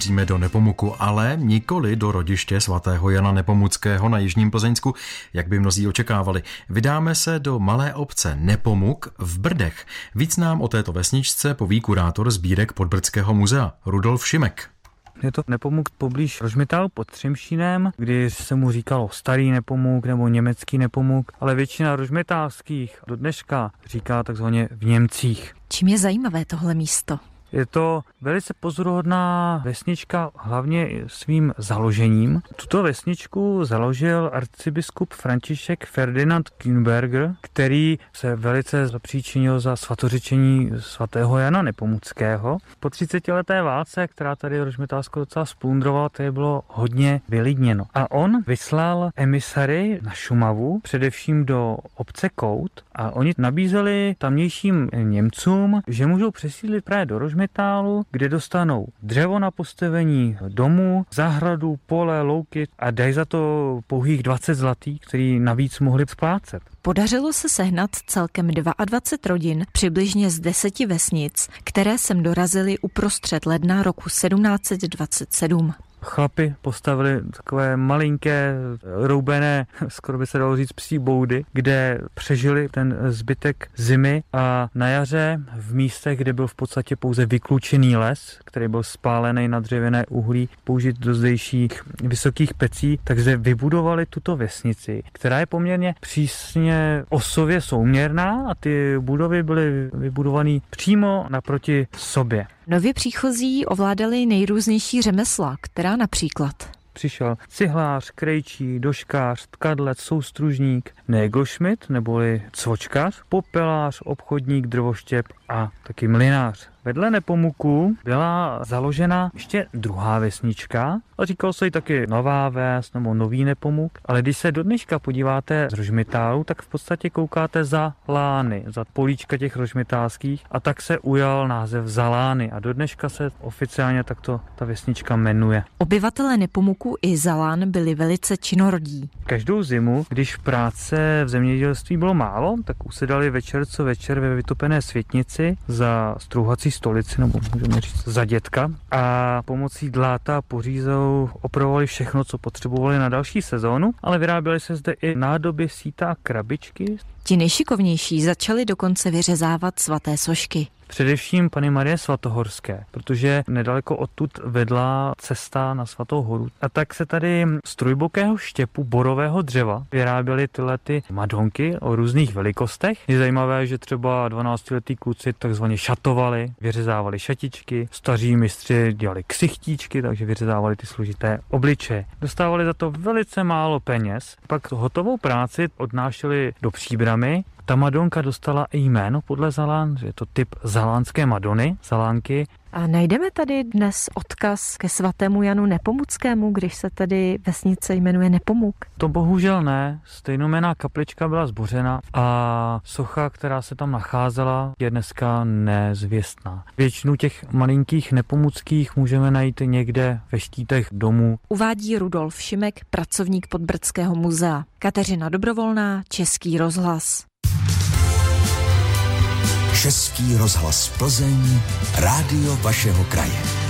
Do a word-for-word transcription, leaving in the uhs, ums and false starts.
zamíříme do Nepomuku, ale nikoli do rodiště svatého Jana Nepomuckého na jižním Plzeňsku, jak by mnozí očekávali. Vydáme se do malé obce Nepomuk v Brdech. Víc nám o této vesničce poví kurátor sbírek Podbrdského muzea Rudolf Šimek. Je to Nepomuk poblíž Rožmitálu pod Třemšínem, kdy se mu říkalo starý Nepomuk nebo německý Nepomuk, ale většina rožmitálských do dneška říká takzvaně v Němcích. Čím je zajímavé tohle místo? Je to velice pozoruhodná vesnička, hlavně svým založením. Tuto vesničku založil arcibiskup František Ferdinand Künberger, který se velice zapříčinil za svatořečení svatého Jana Nepomuckého. Po třicetileté válce, která tady Rožmitálsko docela splundrovala, tady bylo hodně vylidněno. A on vyslal emisary na Šumavu, především do obce Kout, a oni nabízeli tamnějším Němcům, že můžou přesídlit právě do Rožmitálu, kde dostanou dřevo na postavení domu, zahradu, pole, louky a dají za to pouhých dvacet zlatých, který navíc mohli splácet. Podařilo se sehnat celkem dvacet dva rodin, přibližně z deseti vesnic, které sem dorazily uprostřed ledna roku sedmnáct set dvacet sedm. Chlapi postavili takové malinké, roubené, skoro by se dalo říct psí boudy, kde přežili ten zbytek zimy a na jaře v místech, kde byl v podstatě pouze vyklučený les, který byl spálený na dřevěné uhlí, použit do zdejších vysokých pecí, takže vybudovali tuto vesnici, která je poměrně přísně osově souměrná a ty budovy byly vybudované přímo naproti sobě. Nově příchozí ovládali nejrůznější řemesla, která například. Přišel cihlář, krejčí, doškář, tkadlec, soustružník, néglšmit neboli cvočkař, popelář, obchodník, drvoštěp a taky mlynář. Vedle Nepomuku byla založena ještě druhá vesnička a říkalo se jí taky Nová Ves nebo Nový Nepomuk, ale když se do dneška podíváte z Rožmitálu, tak v podstatě koukáte za lány, za políčka těch rožmitálských a tak se ujal název Zalány a do dneška se oficiálně takto ta vesnička jmenuje. Obyvatelé Nepomuku i Zalán byli velice činorodí. Každou zimu, když práce v zemědělství bylo málo, tak usedali večer co večer ve vytopené světnici za strouhací stolici, nebo můžeme říct za dětka, a pomocí dláta a pořízou opravovali všechno, co potřebovali na další sezónu, ale vyráběly se zde i nádoby, síta a krabičky. Ti nejšikovnější začali dokonce vyřezávat svaté sošky. Především Panny Marie Svatohorské, protože nedaleko odtud vedla cesta na Svatou horu. A tak se tady z trojbokého štěpu borového dřeva vyráběly tyhle ty madonky o různých velikostech. Je zajímavé, že třeba dvanáctiletí kluci takzvaně šatovali, vyřezávali šatičky, staří mistři dělali ksichtíčky, takže vyřezávali ty složité obličeje. Dostávali za to velice málo peněz, pak hotovou práci odnášeli do Příbramy. Ta madonka dostala i jméno podle Zalán, že je to typ zalánské madony, zalánky. A najdeme tady dnes odkaz ke svatému Janu Nepomuckému, když se tady vesnice jmenuje Nepomuk? To bohužel ne, stejnojmenná kaplička byla zbořena a socha, která se tam nacházela, je dneska nezvěstná. Většinu těch malinkých nepomuckých můžeme najít někde ve štítech domů. Uvádí Rudolf Šimek, pracovník Podbrdského muzea. Kateřina Dobrovolná, Český rozhlas. Český rozhlas Plzeň, rádio vašeho kraje.